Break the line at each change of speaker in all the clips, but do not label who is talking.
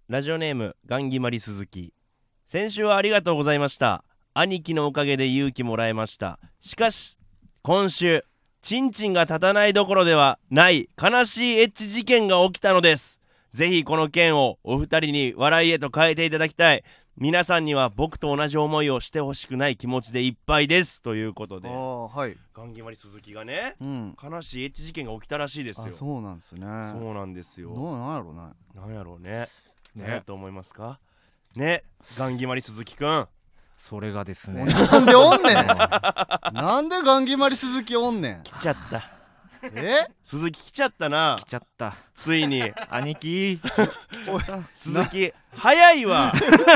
ラジオネームガンギマリ鈴木。先週はありがとうございました。兄貴のおかげで勇気もらえました。しかし今週チンチンが立たないどころではない悲しいエッチ事件が起きたのです。ぜひこの件をお二人に笑いへと変えていただきたい。皆さんには僕と同じ思いをしてほしくない気持ちでいっぱいですということで、
はい、
ガンギマリ鈴木がね、悲しいエッチ事件が起きたらしいですよ。
あ、そうなんですね。
そうなんですよ。
なんやろうね。
なんやろうね。何やと思いますかね、ガンギマリ鈴木くん。
それがですね、
なんでおんねんなんでガンギマリ鈴木おんねん。
来ちゃった。鈴木来ちゃったな。
来ちゃった。
ついに
兄貴
鈴木早いわ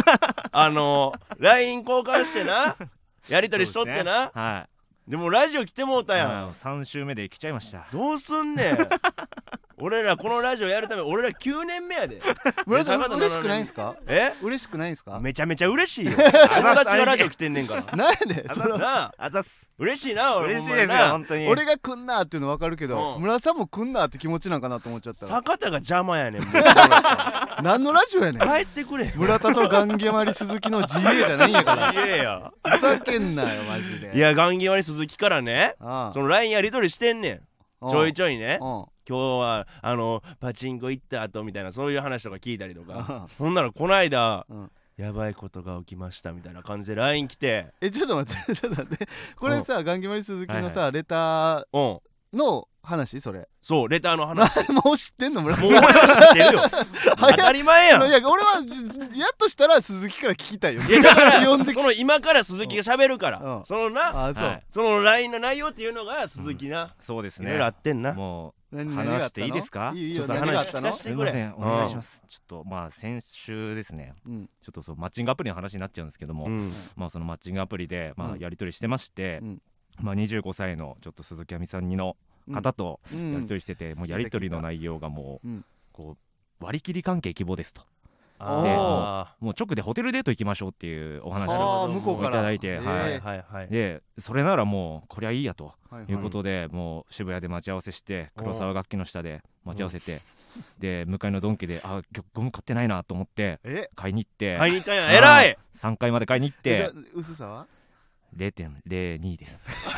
LINE 交換してな、やりとりしとってな。
はい。
でもラジオ来てもうたやん。
3週目で来ちゃいました。
どうすんねん俺らこのラジオやるため、俺ら9年目やで。
村さん嬉しくないんすか？嬉しくないんすか？
めちゃめちゃ嬉しいよ。友達がラジオ来てんねんからなんで
あざっす。
嬉しいな。
嬉しいですよ本当に。
俺が来んなっていうの分かるけど、村さんも来んなって気持ちなんかなと思っちゃったら、
坂田が邪魔やねん。
何のラジオやねん。帰
ってくれ。
村田とガンギマリ鈴木の自営じゃないんやから。
自営や。
ふざけんなよマジで。
いや、ガンギマリ鈴木からね、その LINE やり取りしてんねん。ちょいちょいね、今日はパチンコ行った後みたいな、そういう話とか聞いたりとか。ほんならこないだ、やばいことが起きましたみたいな感じで LINE 来て、
ちょっと待ってこれさ、ガンギマリ鈴木のさ、レターの話、それ。
そう、レターの話。
もう知ってんの村さん。
もう俺は知ってるよ。当たり前やん。
いや、俺はやっとしたら鈴木から聞きたいよ。
いやだからその今から鈴木が喋るから、そのな、その LINE の内容っていうのが鈴木な。
そうですね。
いろいろあってんな。
もう話していいですか？
ちょっと話聞かせてくれ。
すいません、お願いします。ちょっと先週ですね、ちょっとそうマッチングアプリの話になっちゃうんですけども、そのマッチングアプリでやり取りしてまして、25歳のちょっと鈴木亜美さんにの方とやり取りしてて、もうやり取りの内容がもうこう割り切り関係希望ですと。でもう直でホテルデート行きましょうっていうお話をいただいて、でそれならもうこりゃいいやということで、もう渋谷で待ち合わせして、黒沢楽器の下で待ち合わせて、で向かいのドンキでゴム買ってないなと思って買いに行って、
買いに行ったんや。偉い。
3階まで買いに行って、
薄さは
0.02 です。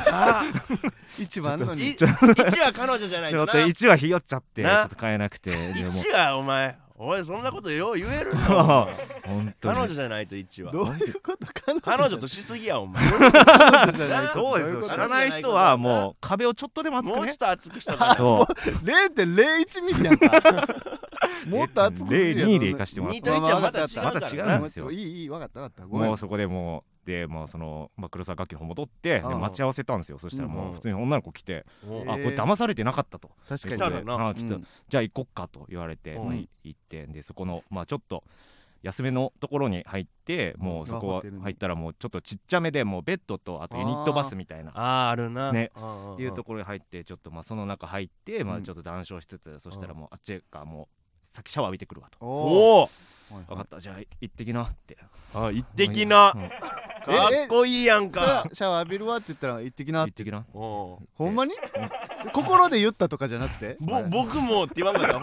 1番のに
1は彼女じゃないとな。
ちょっと1はひよっちゃってちょっと買えなくて。
1はお前、おいそんなことよう言えるの彼女じゃないと1は。
どういうこと？
彼女としすぎやお前。
そうですよ。知らない人はもう壁をちょっとでも厚くね、
もうちょっと厚くしたら
0.01 ミリやんか。もっと厚くするやん。
0.2でいかしてもらって。
2と1はまた違う
また違うんですよ。
いい分かった
もうそこでもうでその黒沢楽器の方戻って待ち合わせたんですよ。そしたらもう普通に女の子来て、これ騙されてなかったと。
確か
にじゃあ行こっかと言われて行って、でそこのちょっと安めのところに入って、もうそこ入ったらもうちょっとちっちゃめで、もうベッドとあとユニットバスみたいな
あるな
ねっていうところに入って、ちょっとその中入ってちょっと談笑しつつ、そしたらもうあっちがもう先シャワー浴びてくるわと。
おお、
分かった、じゃあ行ってきなって。
行ってきな、かっこいいやんか。
シャワー浴びるわって言ったら行ってきな。
行ってきな。
ほんまに？心で言ったとかじゃなくて？
僕もって言わんかった？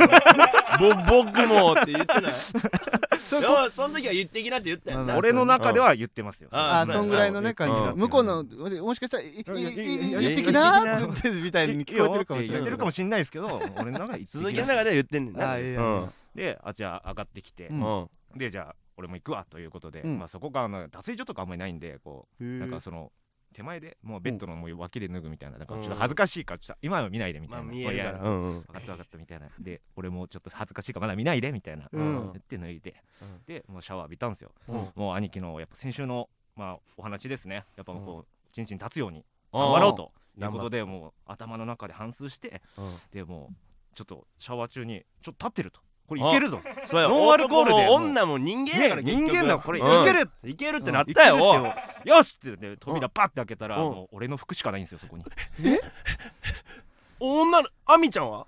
僕もって言ってない？その時は言ってきなって言ったよな。
俺の中では言ってますよ。
そんぐらいのね感じだ。向こうのもしかしたら言ってきなって言ってるみたいに聞こえてるかもしれない。
言ってるかもしれないですけど、俺の中で
鈴木の中では言ってんねんな。
でじゃあ上がってきて、でじゃあ俺も行くわということで、そこが脱衣所とかあんまりないんで、こうなんかその手前でもうベッドのもう脇で脱ぐみたいな、なんかちょっと恥ずかしいから、ちょっと今は見ないでみたいな、
見えるから
分かったみたいな、で俺もちょっと恥ずかしいからまだ見ないでみたいな言って脱いで、でもうシャワー浴びたんですよ。もう兄貴のやっぱ先週のお話ですね、やっぱこうチンチン立つように頑張ろうということで、もう頭の中で反芻して、でもうちょっとシャワー中にちょっと立ってると、これいけると。
ノンアルコールで女も人間やから、
人間だ、これいける
ってなったよ。
よしって扉パッて開けたら、もう俺の服しかないんですよそこに。
女の亜美ちゃんは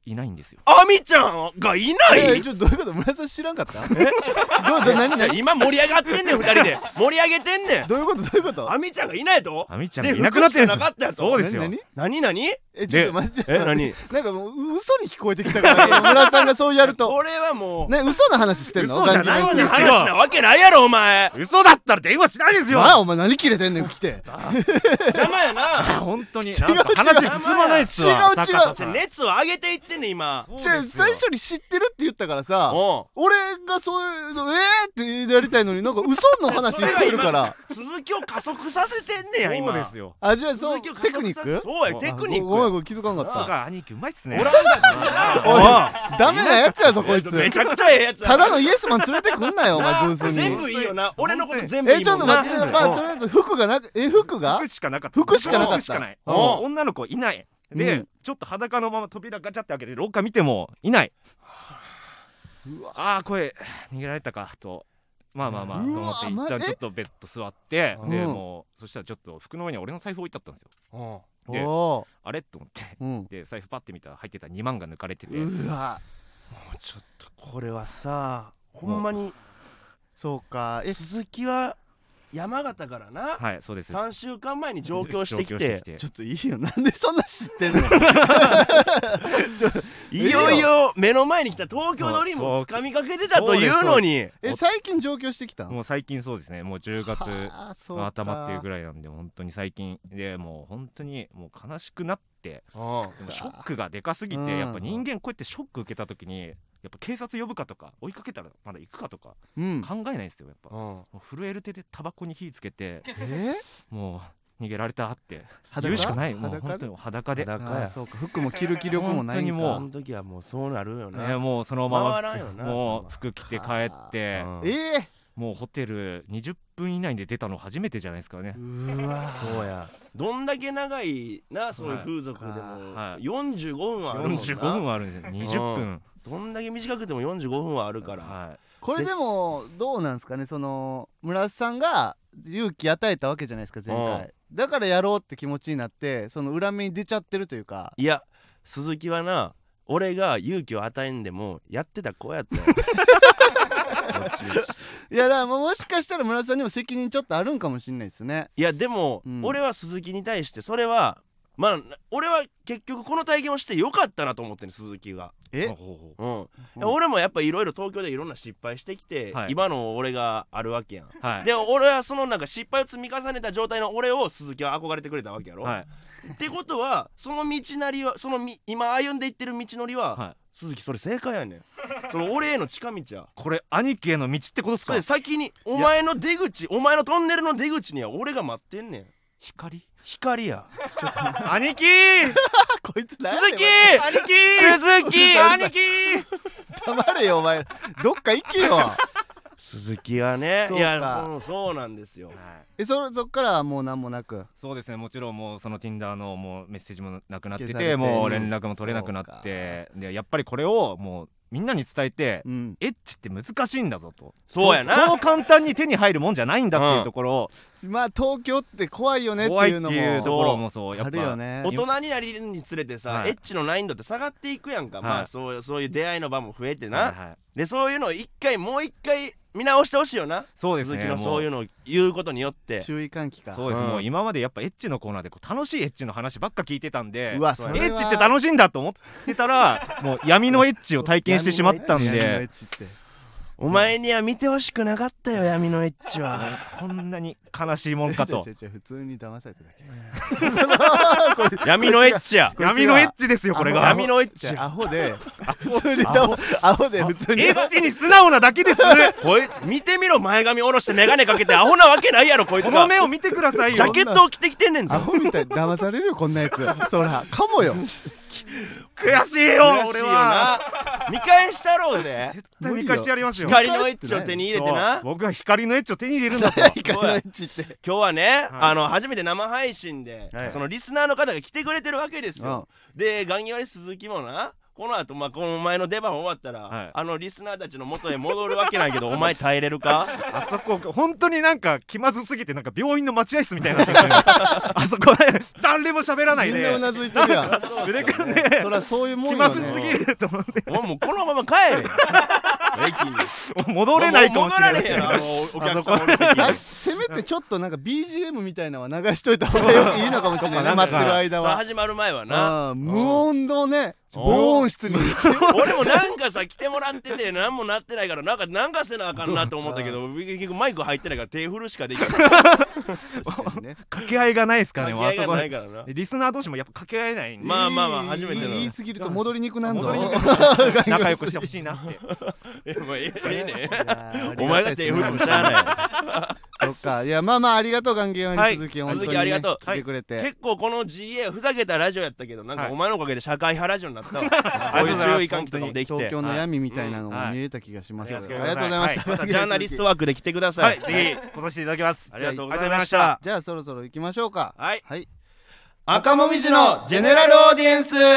いないんですよ。
あみちゃんがいない？
ちょっとどういうこと？村田さん知らんかった？何？
今盛り上がってんねん、2人で盛り上げてんねん。
どういうこと？
あみちゃんがいないと？
あみちゃんがいなくなってんすよ。
なかったやつ。
そうですよ。
何？
ちょっと待って。
何？
なんかもう嘘に聞こえてきたから村田さんがそうやると。
これはもう
ね、嘘の話してんの？
嘘じゃないんですよ。
話なわけないやろお前。
嘘だったら電話しないですよ。
お前何切れてんねん来て。
邪魔やな。
本当になんか話進まないっすわ。
違う。
熱を上げていってんねん今。
最初に知ってるって言ったからさ、俺がそういうのってやりたいのになんか嘘の話言ってるから。
続きを加速させてんねや今。
そうですよ。
じゃあそうテクニック？
そうやテクニック。
ごめん気づかんかった。
兄貴うまいっすね。
おらんだ
ダメなやつやぞこいつ。
めちゃくちゃええやつ。
ただのイエスマン連れてくんなよお前ブースに。
全部いいよな。俺のこと全部いいもんな。
ちょっと待って、とりあえず服が
服しかなかった。
服しかなかった。
女の子いない。でちょっと裸のまま扉ガチャって開けて廊下見てもいない。声逃げられたかと。まあと思って一旦ちょっとベッド座ってでもうそしたらちょっと服の上に俺の財布置いてあったんですよ。であれと思ってで財布パッて見たら入ってた2万が抜かれてて、
うわ
もうちょっとこれはさほんまに
そうか。
鈴木は山形からな。
はいそうです。
3週間前に上京してきて
ちょっといいよ。なんでそんな知ってんの？
いよいよ目の前に来た東京ドリームを掴みかけてたというのに。
最近上京してきたの？
もう最近そうですね。もう10月の頭っていうぐらいなんで本当に最近でもう本当にもう悲しくなって、でもショックがでかすぎてやっぱ人間こうやってショック受けた時にやっぱ警察呼ぶかとか追いかけたらまだ行くかとか考えないんですよやっぱ。もう震える手でタバコに火つけてもう逃げられたって言うしかない。もう本当に裸で。
そうか。服も着る気力もないんだ。
その時はもうそうなるよね。
もうそのままもう服着て帰ってもうホテル20分以内で出たの初めてじゃないですかね。
そうや。どんだけ長いなそういう風俗でも45分はあるもんな。
45分はあるんですよ。20分。
どんだけ短くても45分はあるから。
これでもどうなんですかね。その村瀬さんが勇気与えたわけじゃないですか前回。だからやろうって気持ちになってその裏目に出ちゃってるというか。
いや鈴木はな俺が勇気を与えんでもやってた子やったよ。
いやだからもしかしたら村瀬さんにも責任ちょっとあるんかもしれないですね。
いやでも、俺は鈴木に対してそれはまあ俺は結局この体験をしてよかったなと思ってる鈴木が。俺もやっぱいろいろ東京でいろんな失敗してきて、今の俺があるわけやん。で俺はそのなんか失敗を積み重ねた状態の俺を鈴木は憧れてくれたわけやろ。ってことはその道なりは今歩んでいってる道のりは、鈴木それ正解やねん。その俺への近道や。
これ兄貴への道ってことですか？
先にお前の出口お前のトンネルの出口には俺が待ってんねん。光や。
兄貴
こいつ
鈴木
兄貴
黙れよお前どっか行けよ。
鈴木はねいやそうなんですよ。
そっからはもう何もなく。
そうですねもちろんもうその Tinder のもうメッセージもなくなっててもう連絡も取れなくなってでやっぱりこれをもうみんなに伝えて、エッチって難しいんだぞと。
そうやな。
そう簡単に手に入るもんじゃないんだっていうところを、
まあ東京って怖いよねっていうのも
怖いっていうところもそうやっぱ
あるよね。
大人になりにつれてさ、エッチの難易度って下がっていくやんか。まあそういう出会いの場も増えてな。でそういうのをもう一回見直してほしいよな。
そうですね。
鈴木のそういうのを言うことによって
注意喚起か。
そうです。もう今までやっぱエッチのコーナーで楽しいエッチの話ばっか聞いてたんで、エ
うわ
ッチって楽しいんだと思ってたらもう闇のエッチを体験してしまったんで
お前には見てほしくなかったよ闇のエッチは。
こんなに悲しいもんかと。
普通に騙されただけ。
闇のエッチや。
闇のエッチですよこれが。
闇のエッチ。
アホで普通にアホで普通に
エッチに素直なだけです。
こいつ見てみろ前髪下ろして眼鏡かけてアホなわけないやろこいつが。
この目を見てくださいよ。
ジャケットを着てきてんねんぞ。
アホみたいに騙されるよこんなやつ。そらかもよ。
悔しいよ俺は。
見返したろうぜ。
絶対見返してやりますよ。
光のエッチを手に入れてな。
僕は光のエッチを手に入れるんだと。
光のエッチって
今日はね初めて生配信でそのリスナーの方が来てくれてるわけですよ。でガンギ割鈴木もなこの後このお前の出番終わったら、
はい
あのリスナーたちの元へ戻るわけないけどお前耐えれるか？
あそこ本当になんか気まずすぎてなんか病院の待合室みたいになってるあそこで誰も喋らないで
みんなうなずいてるやん。
そう
腕組ん
ね
で
そりゃそういうもんよ
気まずす
ね。
ぎると思って
もうこのまま帰れ駅に
戻れないかもしれない
もう戻られへんやろあのお客さんおる席に
せめてちょっとなんか BGM みたいなのは流しといた方がいいのかもしれないね、
なんか
待ってる間
それ
は。
始まる前はな
無音のね、
うん
防音室に
俺もなんかさ来てもらってて何もなってないからなんかせなあかんなと思ったけど結局マイク入ってないから手振るしかできない
掛け合いがないですかね
掛け合いがない
あそ
からな
こリスナー同士もやっぱ掛け合えないんで
まあ初めての
言い過ぎると戻りにくなんぞ。
戻りに仲良くしてほしいなって
もういいね
いや
お前が手振ってもしゃあない
そっか、いやまあありがとうガンゲーマに続き、
はい
本当に、ね、
鈴木ありがとう
来てくれて、
結構この GA ふざけたラジオやったけどなんか
はい
お前のおかげで社会派ラジオになったわこういう注意喚起とかもできて
東京の闇みたいなの
はい
も見えた気がします、
はい
ありがとうございました、
はい
またジャーナリストワークで来てくださ
はいいぜひ来させていただきます
ありがとうございました
じゃあそろそろ行きましょうか。
はい
はい、
赤もみじのジェネラルオーディエンス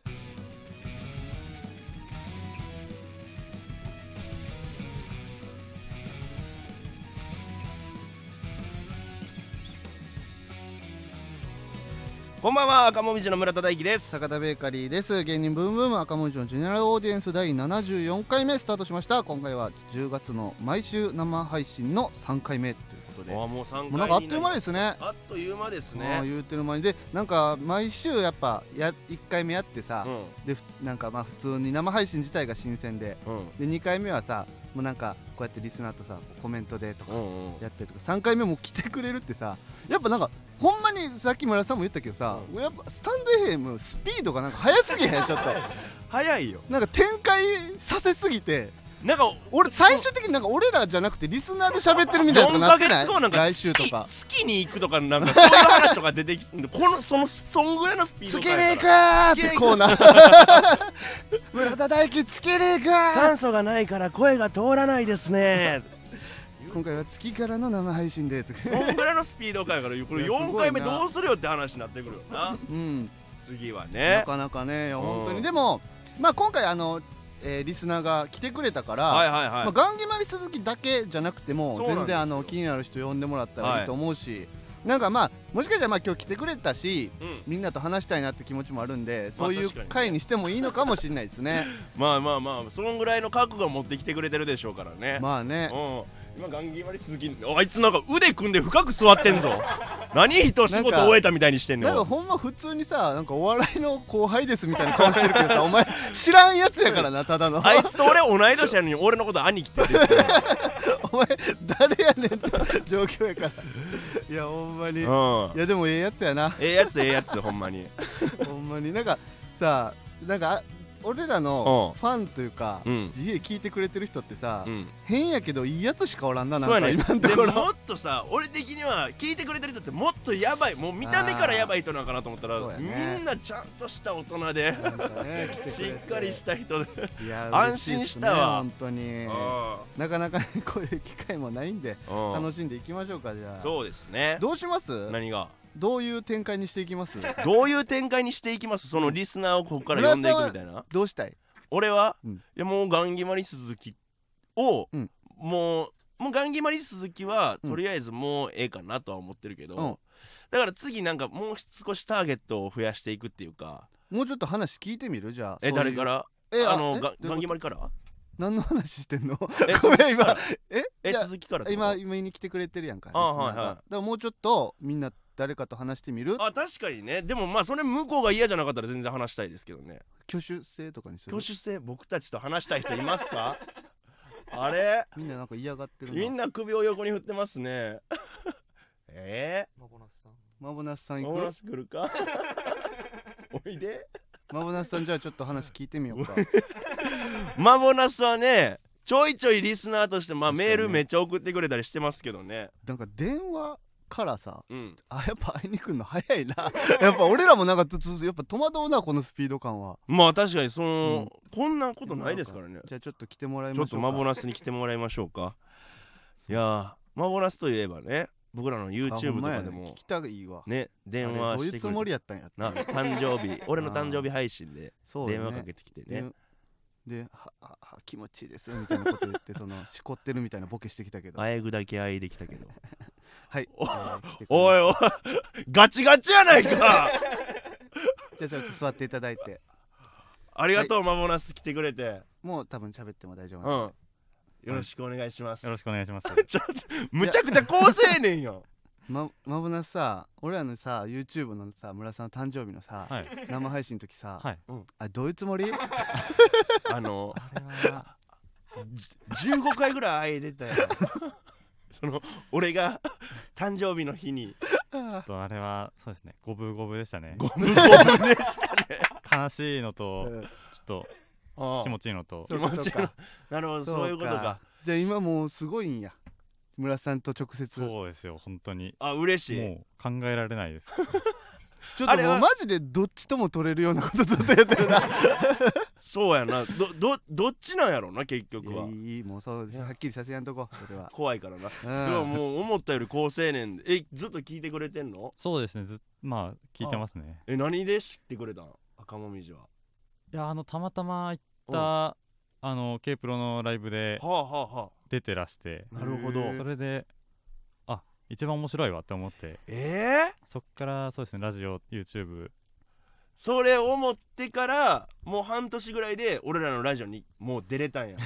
こんばんは赤もみじの村田大樹です
坂田ベーカリーです。芸人ブームブーム赤文字のジェネラルオーディエンス第74回目スタートしました。今回は10月の毎週生配信の3回目ということで、も
もう3回
うなんかあっという間ですね。
あっという間です
あ
ね
言うてる間にで、なんか毎週やっぱ1回目やってさ、でなんかまあ普通に生配信自体が新鮮で、で2回目はさもうなんかこうやってリスナーとさコメントでとかやってるとか、3回目も来てくれるってさ、やっぱなんかほんまにさっき村田さんも言ったけどさ、やっぱスタンド FM スピードがなんか速すぎへんちょっと
早いよ
なんか展開させすぎて、
なんか
俺最終的になんか俺らじゃなくてリスナーで喋ってるみたいなこと
4ヶ
なってない
月後なんか
来週とか
月に行くとかなんかそういう話とか出てきてそんぐらいのスピード
つけねえ
感やら
かーってコーナー村田大樹つけねえかー
酸素がないから声が通らないですね
今回は月からの生配信で
そんぐらいのスピード感やからこれ
いやすごいな
4回目どうするよって話になってくるよな
うん
次は
な
ね
かなかね、いや
うん
本当にでもまあ今回リスナーが来てくれたから、
はいはいはい
まあ、ガンギマリ鈴木だけじゃなくても
そうなんです
全然気になる人呼んでもらったらいいと思うし、なんかまあもしかしたらまあ今日来てくれたし
うん
みんなと話したいなって気持ちもあるんで、そういう
確かにね
回にしてもいいのかもしれないですね
まあそのぐらいの覚悟を持ってきてくれてるでしょうからね
まあね、
今ガンギマリ鈴木あいつなんか腕組んで深く座ってんぞ何人仕事終えたみたいにしてんの
なんかほんま普通にさ、なんかお笑いの後輩ですみたいな顔してるけどさお前知らんやつやからな、ただの
あいつと俺同い年やのに俺のこと兄貴って言ってる
お前誰やねんって状況やからいやほんまに、いやでもええやつやな
ええやつほんまに
ほんまになんかさ、なんか俺らのファンというか、自営聞いてくれてる人ってさ、変やけどいいやつしかおらんな、なんか今のところ。
もっとさ、俺的には聞いてくれてる人ってもっとやばい、もう見た目からやばい人なんかなと思ったら、みんなちゃんとした大人でしっかりした人で安心したわ
本当に。なかなかこういう機会もないんで楽しんでいきましょうか。じゃあ
そうですね。
どうします？
何が
どういう展開にしていきます？
どういう展開にしていきます？そのリスナーをここから呼んでいくみたいな。
どうしたい？
俺は、いやもうガンギマリ鈴木を、もうガンギマリ鈴木は、とりあえずもうええかなとは思ってるけど、だから次なんかもう少しターゲットを増やしていくっていうか、
もうちょっと話聞いてみる？じゃあ
誰から？ガンギマリから？
何の話してんの？ごめん今
鈴木から
今に来てくれてるやんか。だからもうちょっとみんな誰かと話してみる？
あ、確かにね。でもまあそれ向こうが嫌じゃなかったら全然話したいですけどね。
挙手制とかにする？
挙手制、僕たちと話したい人いますか？あれ？
みんななんか嫌がってるな。
みんな首を横に振ってますね。
マボナスさん行く？
マボナス来るか？おいで。
マボナスさん、じゃあちょっと話聞いてみようか。
マボナスはね、ちょいちょいリスナーとしてメールめっちゃ送ってくれたりしてますけどね。
なんか電話からさ、やっぱ会いに来るの早いな。やっぱ俺らもなんかやっぱ戸惑うな、このスピード感は。
まあ確かにこんなことないですからね。
じゃあちょっと来てもらいましょうか。
ちょっとマボナスに来てもらいましょうか。いやマボナスといえばね、 僕らの YouTube とかでも
聞きたいわ
ね電話してくれて、
どういうつもりやったんや
な誕生日俺の誕生日配信で
そうね
電話かけてきてね
で気持ちいいですみたいなこと言ってしこってるみたいなボケしてきたけど
あえぐだけあえできたけど
はい来てくれ
おいおいガチガチやないか
じゃあちょっと座っていただいて
ありがとう、マボナス来てくれて
もう多分喋っても大丈夫なんで
よろしくお願いします、
よろしくお願いします
ちょっとむちゃくちゃ高青年やん
マボナスさ俺らのさ YouTube のさ村さんの誕生日のさ、
はい、
生配信の時さ、
はい、
あどういうつもり
あれは
15回ぐらいあえてたよ俺が誕生日の日に
ちょっとあれはそうですね五分五分でしたね
ゴムゴムでしたね
悲しいのとちょっと気持ちいいのと
気持ちいいのなるほどそういうことか
じゃあ今もうすごいんや村さんと直接
そうですよ本当に
嬉しい
もう考えられないです
ちょっともうマジでどっちとも取れるようなことずっとやってるな
そうやなどっちなんやろな結局はい
いもうそうはっきりさせやんとこそれは
怖いからなでももう思ったより高青年でずっと聞いてくれてんの
そうですねまあ聞いてますね
何で知ってくれたん赤もみじはい
やたまたま行ったK プロのライブで出てらして
なるほど
それで一番面白いわって思ってそっからそうですねラジオ YouTube
それ思ってからもう半年ぐらいで俺らのラジオにもう出れたんや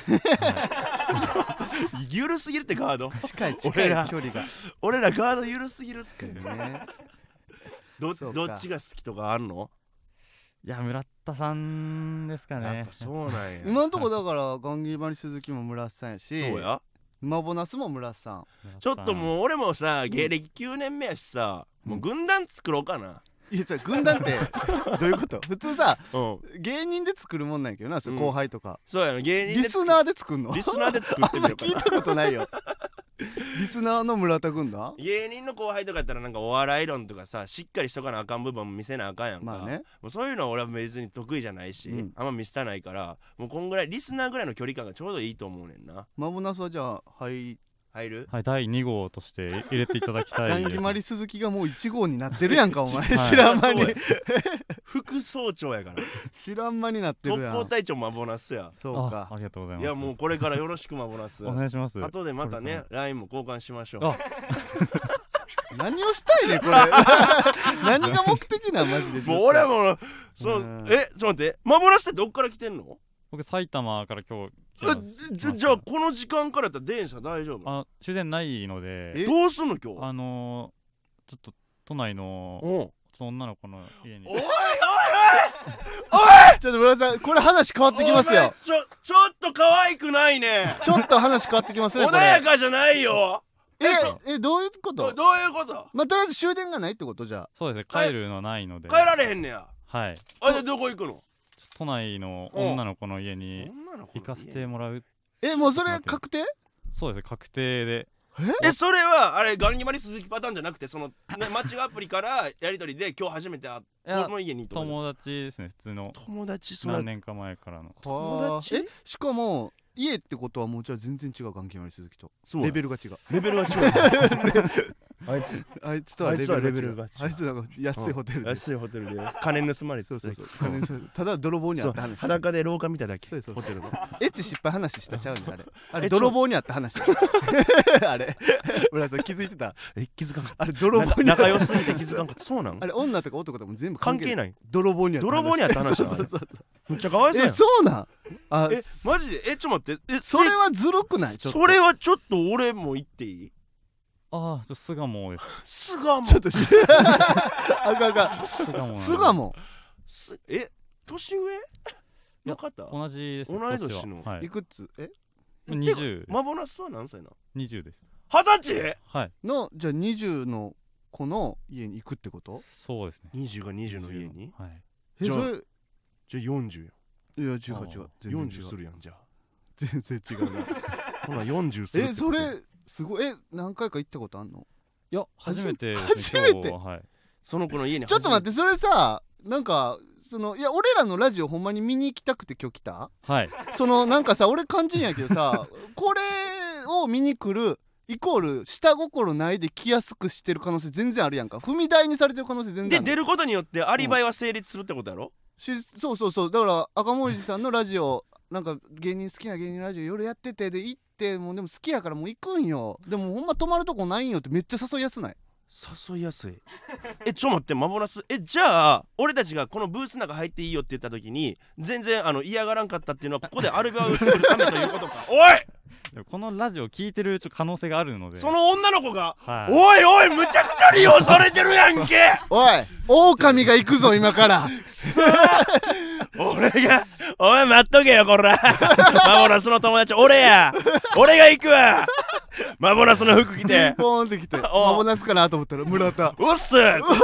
緩すぎるってガード
近い距離が
俺らガード緩すぎるって
ね
どっちが好きとかあんの
いや村田さんですかね
やっぱそうなんや
今んとこだからガンギマリ鈴木も村さんやし
そうや
マボナスも村さん
ちょっともう俺もさ芸歴9年目やしさもう軍団作ろうかない
や軍団ってどういうこと普通さ芸人で作るもんなんやけどな後輩とか
そうやな芸人
リスナーで作んの
リスナーで作ってみようかな
聞いたことないよリスナーの村田軍団
芸人の後輩とかやったらなんかお笑い論とかさしっかりしとかなあかん部分も見せなあかんやんか
まあね
もうそういうのは俺は別に得意じゃないしあんま見せたないからもうこんぐらいリスナーぐらいの距離感がちょうどいいと思うねんな
マボナスはじゃあ
入る
はい第2号として入れていただきたい
ガンギマリ鈴木がもう1号になってるやんかお前知らん間に
副総長やから
知らん間になってるやん
特攻隊長マボナスや
そうか
ありがとうございます
いやもうこれからよろしくマボナス
お願いします
後でまたね LINE も交換しましょう
何をしたいねこれ何が目的なんマジで
もう俺もそうちょっと待ってマボナスってどっから来てんの
僕埼玉から今日
じゃあこの時間からやったら電車大丈夫
終電ないので
どうすんの今日
ちょっと都内のちょっと女の子の家に
おい
ちょっと村さんこれ話変わってきますよ
ちょっと可愛くないね
ちょっと話変わってきますね
穏やかじゃないよ
どういうこと
どういうこと
まあとりあえず終電がないってことじゃ
そうですね帰るのはないので
帰られへんねや
はい
じゃあどこ行くの
都内の女の子の家に行かせてもらう
もうそれ確定
そうですね確定で
それはあれガンギマリ鈴木パターンじゃなくてそのマッチングアプリからやり取りで今日初めてこの家に
友達ですね普通の
友達
何年か前からの
友達
しかも家ってことはもうじゃあ全然違うガンギマリ鈴木とレベルが違うあいつとはレベルが違うあいつなんか安いホテルで
金盗まれて
金ただ泥棒にあった話
裸で廊下見ただけ
ホテルのエッチ失敗話したちゃうねあれ泥棒にあった話あれ村さん気づいてた
気づかんかった
あれ泥棒に
仲良すぎて気づかんかったそうなん
あれ女とか男とかも全部
関係ない
泥棒にあった話
めっちゃかわいそうやん
そうなん
マジでちょっと待って
それはずるくない
それはちょっと俺も言っていい
巣鴨です
巣鴨
ちょっとあか巣鴨
年上の方
同じです
同い年の
いくつ
20
マボナスは何歳な
20です
20歳
はい
のじゃあ20の子の家に行くってこと
そうですね
20が20の家に
じゃあ
40や
いや違う
40するやんじゃあ
全然違うな
ほら40するって
それすごい何回か行ったことあんの
いや初めて
その子の家に
ちょっと待ってそれさなんかいや俺らのラジオほんまに見に行きたくて今日来た
はい
なんかさ俺肝心やけどさこれを見に来るイコール下心ないで来やすくしてる可能性全然あるやんか。踏み台にされてる可能性全然ある。
で出ることによってアリバイは成立するってことやろ、
そうそうそう。だから赤森さんのラジオなんか好きな芸人ラジオ夜やっててで行ってもうでも好きやからもう行くんよ。でもほんま泊まるとこないんよってめっちゃ誘いやすない？
誘いやすい。ちょ待ってマボナスじゃあ俺たちがこのブースの中入っていいよって言った時に全然嫌がらんかったっていうのはここでアルバムを作るためということか。おい
このラジオ聞いてる可能性があるので、
その女の子が、
はい、
おいむちゃくちゃ利用されてるやんけ
おい狼が行くぞ今から
俺がお前待っとけよこらマボナスの友達俺が行くわマボナスの服着て
ポーンってきてマボナスかなと思ったら村田
うっす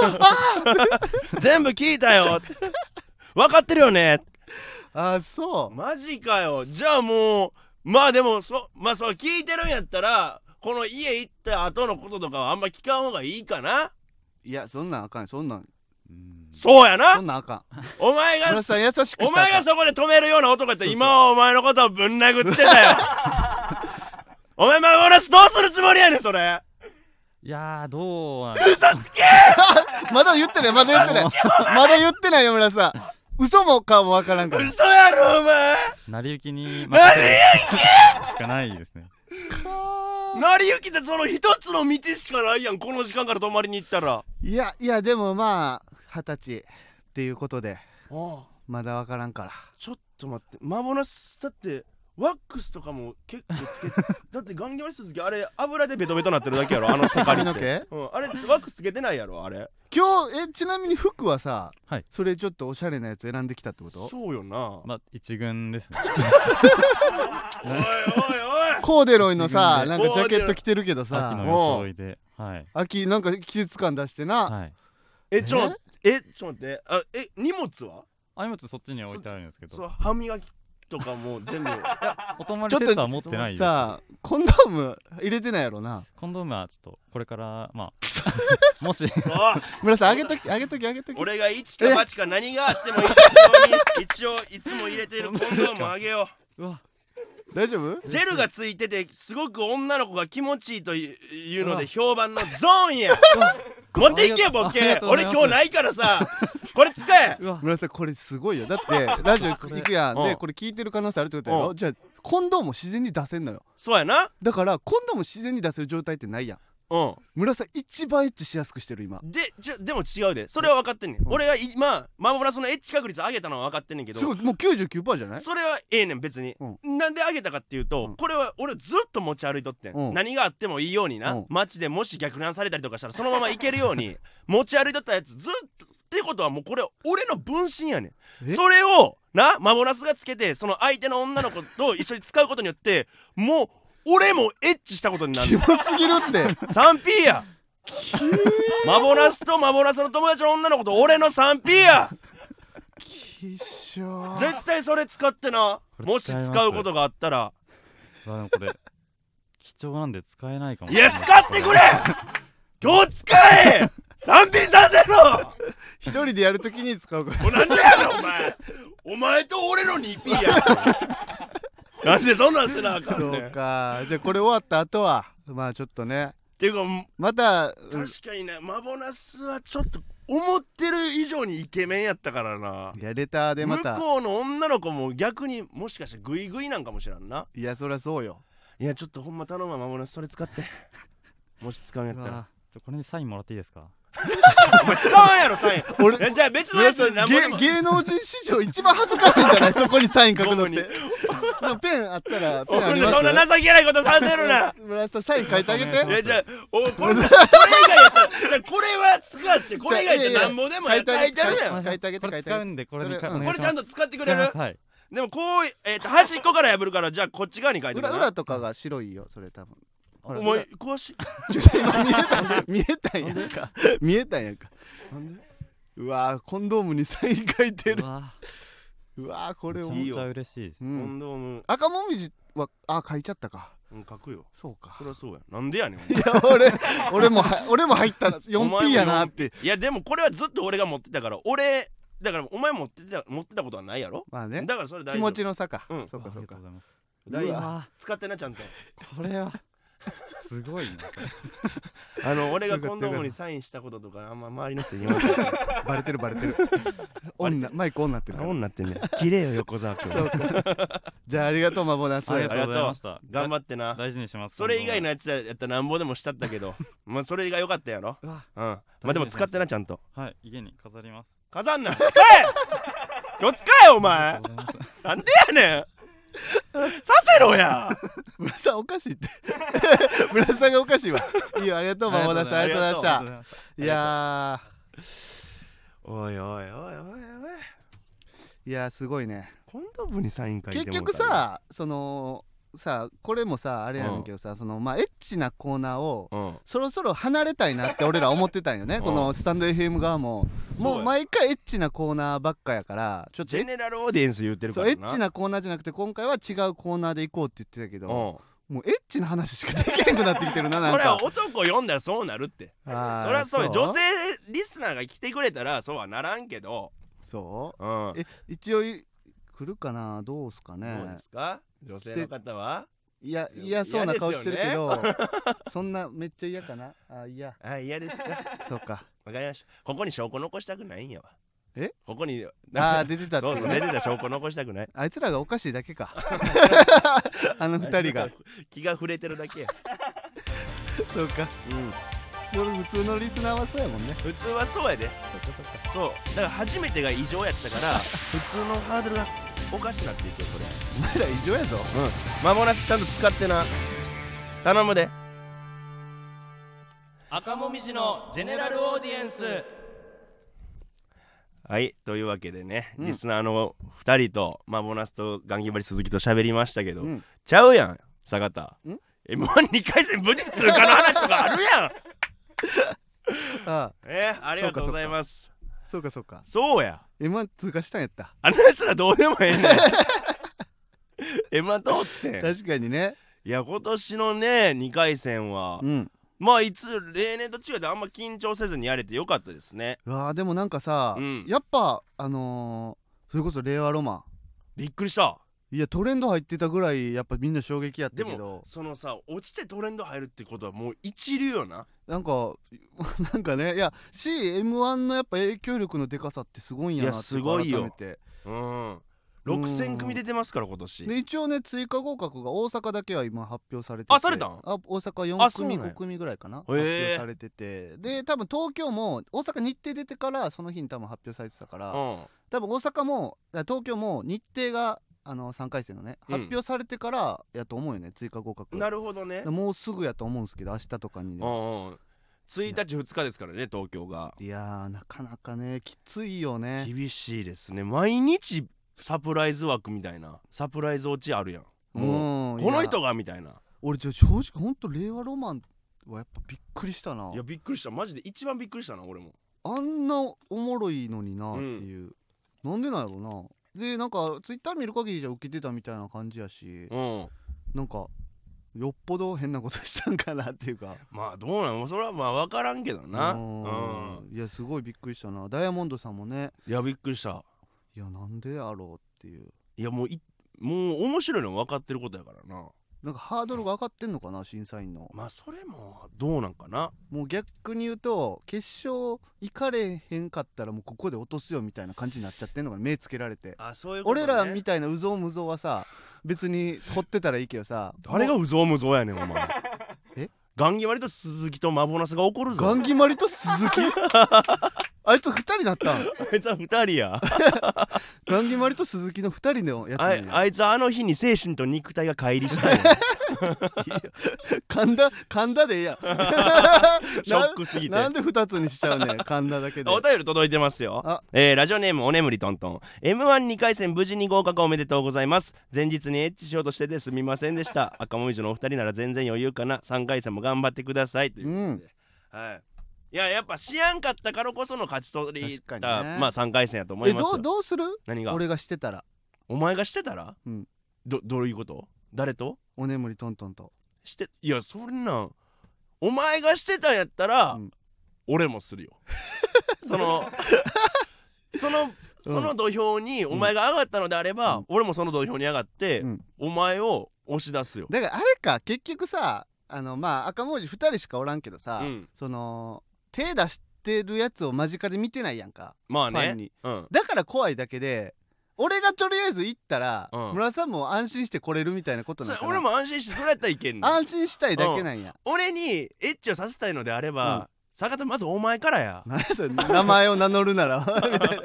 全部聞いたよ分かってるよね。
あ、そう
マジかよ。じゃあもうまあでもそう聞いてるんやったらこの家行った後のこととかはあんま聞かん方がいいかな。
いやそんなんあかん。そんなん
そうやな。
そんなんあかん。
お前が
村田さん優しくしたら
お前がそこで止めるような男やったら今はお前のことをぶん殴ってたよお前マボナスどうするつもりやねんそれ。
いやーどうなん
嘘つけ
まだ言ってないまだ言ってないよ村田さん。嘘もかもわからんから。
嘘やろお前。
成り行きに
成り
しかないですね。
成り行きってその一つの道しかないやんこの時間から泊まりに行ったら。
いやでもまあ20歳っていうことでまだわからんから。
ちょっと待ってマボナスだってワックスとかも結構つけてだってガンギマリスズキあれ油でベトベトなってるだけやろテカリって、あれワックスつけてないやろあれ。
今日ちなみに服はさ、
はい、
それちょっとおしゃれなやつ選んできたってこと？
そうよな。
まあ一軍ですね
おい
コーデロイのさなんかジャケット着てるけどさ
秋の装いで、はい、
秋なんか季節感出してな、
はい、
ちょっと待って荷物は
荷物そっちに置いてあるんですけど、
そう歯磨きとかも全部
お泊まりセットは持ってないです。
さあコンドーム入れてないやろな。
コンドームはちょっとこれからまあもし
村さんあげとき
俺が1か8か何があっても一応いつも入れてるコンドームあげよう。
うわ大丈夫？
ジェルがついててすごく女の子が気持ちいいというので評判のゾーンや持っていけよボケ。俺今日ないからさこれ使え。
村さんこれすごいよ。だってラジオ行くやんでこれ聞いてる可能性あるってことやろ。じゃあコンドームを自然に出せんのよ。
そうやな。
だからコンドーム自然に出せる状態ってないやん。村さん一番エッチしやすくしてる今
でも違うで。それは分かってんねん、俺は今マボナスのエッチ確率上げたのは分かってんねんけど
すごいもう 99% じゃない？
それはええねん別に、なんで上げたかっていうと、これは俺ずっと持ち歩いとってん、何があってもいいようにな、街でもし逆難されたりとかしたらそのまま行けるように持ち歩いとったやつずっとってことはもうこれ俺の分身やねん。それをなマボナスがつけてその相手の女の子と一緒に使うことによってもう俺もエッチしたことになる。
キモすぎるって
3P やマボナスとマボナスの友達の女の子と俺の 3P や
きしょー。
絶対それ使ってな。もし使うことがあったら
でもこれ貴重なんで使えないかも。
いや使ってくれ今日使え3P させろ
一人でやるときに使うから
もうなんでやねんお前と俺の 2P やなんでそんなんせなあかんねん。
そうか。じゃあこれ終わった後はまあちょっとね
っていうか
また
確かにねマボナスはちょっと思ってる以上にイケメンやったからな。
いやレターでまた
向こうの女の子も逆にもしかしてグイグイなんかもしらんな。
いやそりゃそうよ。
いやちょっとほんま頼むわマボナスそれ使ってもし使うんやったら
これにサインもらっていいですか？
お前使わんやろサイン俺じゃあ別のやつで何もでも
芸能人史上一番恥ずかしいんじゃないそこにサイン書くのって。でもペンあったらペンあります？
そんな情けないことさせるな
村田さんサイン書いてあげて。
いやじゃあこれ以外やったらじゃあこれは使ってこれ以外ってなんぼでも書いてあるやん。
書いてあげて
これ使うんでこれに
これちゃんと使ってくれる？
はい。
でもこう端っこから破るからじゃあこっち側に書いてくれる。
裏とかが白いよそれ多分。
お前詳しい
今見えたんやんか見えたんやんか。
なんで？
うわコンドームにサイン書いてる。うわこれ
めっちゃ嬉しいです。
コンドーム
赤もみじは書いちゃったか。
書くよ。
そうか。
そりゃそうや。なんでやねん。
いや俺も入ったな 4P やなって。
いやでもこれはずっと俺が持ってたから俺だからお前持ってたことはないやろ。
まあね。
だからそれ大丈夫。
気持ちの差か。
そう
かそうか。
大丈夫。使ってなちゃんと。
これは
すごいな
俺がコンドームにサインしたこととかあんま周りの人に言わない
バレてるマイクオンなってる
オンなってんね綺麗よ横澤君
じゃあありがとうマボナス。
ありがとうございました。
頑張ってな。
大事にします。
それ以外のやつやったらなんぼでもしたったけどまあそれが良かったやろ。まあでも使ってなちゃんと。
はい、家に飾ります。
飾んな使え今日使えお前なんでやねんさせろや
村さんおかしいって村さんがおかしいわ。いいよありがとうマボナス。ありがとうございました。いや
おい
いやすごいね。
コンドームにサイン書いても
結局さこれもさあれやねんけどさ、エッチなコーナーをそろそろ離れたいなって俺ら思ってたんよねこのスタンド FM 側ももう毎回エッチなコーナーばっかやからちょっと
ジェネラルオーディエンス言ってるからな。
エッチなコーナーじゃなくて今回は違うコーナーで行こうって言ってたけどもうエッチな話しかできへんくなってきてるななんか。
それは男読んだらそうなるって。それはそうよ。女性リスナーが来てくれたらそうはならんけど。
そう一応来るかな。どうすかね。
どうですか女性の方は。
嫌そうな顔してるけどそんなめっちゃ嫌かな。嫌
ですか
そうか
わかりました。ここに証拠残したくないんやわ。ここに
出てたってね。
そう出てた証拠残したくない。
あいつらがおかしいだけかあの二人が
気が触れてるだけや
そうか普通のリスナーはそうやもんね。
普通はそうやで。そうだから初めてが異常やったから普通のハードルがおかしなっていくよこれ。
お前ら異常やぞ。
間もなくちゃんと使ってな。頼むで。赤もみじのジェネラルオーディエンス。はいというわけでね、リスナーの2人とマボナスとガンギバリ鈴木と喋りましたけど、ちゃうやん坂田。M12 回戦無事通過の話とかあるやんありがとうございます。
そうか
そうや
M1 通過したんやった。
あのやつらどうでもええねんM1 通って
確かにね。
いや今年のね2回戦は、まあいつ例年と違ってあんま緊張せずにやれてよかったですね。
でもなんかさ、やっぱそれこそ令和ロマン
びっくりした。
いやトレンド入ってたぐらいやっぱみんな衝撃やったけど。
でもそのさ落ちてトレンド入るってことはもう一流よな。
なんかねいや M1 のやっぱ影響力のでかさってすごいんやなって。いや
すごいよ。6000組出てますから今年
で一応ね追加合格が大阪だけは今発表されてて。
されたん？
大阪4組5組ぐらいかな発表されてて、で多分東京も大阪日程出てからその日に多分発表されてたから、多分大阪も東京も日程が3回戦のね発表されてからやと思うよね追加合格。
なるほどね。
もうすぐやと思うんですけど明日とかにね。
1日2日ですからね東京が。
いやなかなかねきついよね。
厳しいですね。毎日サプライズ枠みたいなサプライズ落ちあるやん。もうこの人がみたいな。
俺正直ほんと令和ロマンはやっぱびっくりしたな。
いやびっくりした。マジで一番びっくりしたな俺も。
あんなおもろいのになっていう、なんでなんやろな。でなんかツイッター見る限りじゃ受けてたみたいな感じやし、なんかよっぽど変なことしたんかなっていうか。
まあどうなのそれはまあ分からんけどな。
いやすごいびっくりしたな。ダイヤモンドさんもね。
いやびっくりした。
いやなんでやろうっていう。
いやもう面白いの分かってることやからな。
なんかハードルが上がってんのかな審査員の。
まあそれもどうなんかな。
もう逆に言うと決勝行かれへんかったらもうここで落とすよみたいな感じになっちゃってんのが目つけられて。
そういうことね。
俺らみたいなうぞうむぞうはさ別に掘ってたらいいけどさ。
誰がうぞうむぞうやねんお前ガンギマリと鈴木とマボナスが怒るぞ。
ガンギマリと鈴木あいつ2人だったん。
あいつは2人や
ガンギマリと鈴木の2人のやつ
あいつあの日に精神と肉体が乖離したんや
神田でええやん
ショックすぎて
なんで2つにしちゃうねん神田だけで。
お便り届いてますよ。ラジオネームおねむりとんとん。 M12 回戦無事に合格おめでとうございます。前日にエッチしようとしててすみませんでした。赤もみじのお二人なら全然余裕かな。3回戦も頑張ってくださいということで、いややっぱしやんかったからこその勝ち取りた、まあ3回戦やと思いますよ。
どうする？
何が？
俺がしてたら。
お前がしてたら？どういうこと？誰と？
おねむりとんとんと
いやそんなんお前がしてたんやったら、俺もするよその土俵にお前が上がったのであれば、俺もその土俵に上がって、お前を押し出すよ。
だからあれか結局さまあ赤文字2人しかおらんけどさ、その手出してるやつを間近で見てないやんか、
まあね、
ファンに、だから怖いだけで、俺がとりあえず行ったら、村さんも安心して来れるみたいなことなのかな。
俺も安心してそれやったらいけんの。
安心したいだけなんや。
俺にエッチをさせたいのであれば、坂田まずお前からや。
何それ、名前を名乗るならみたいな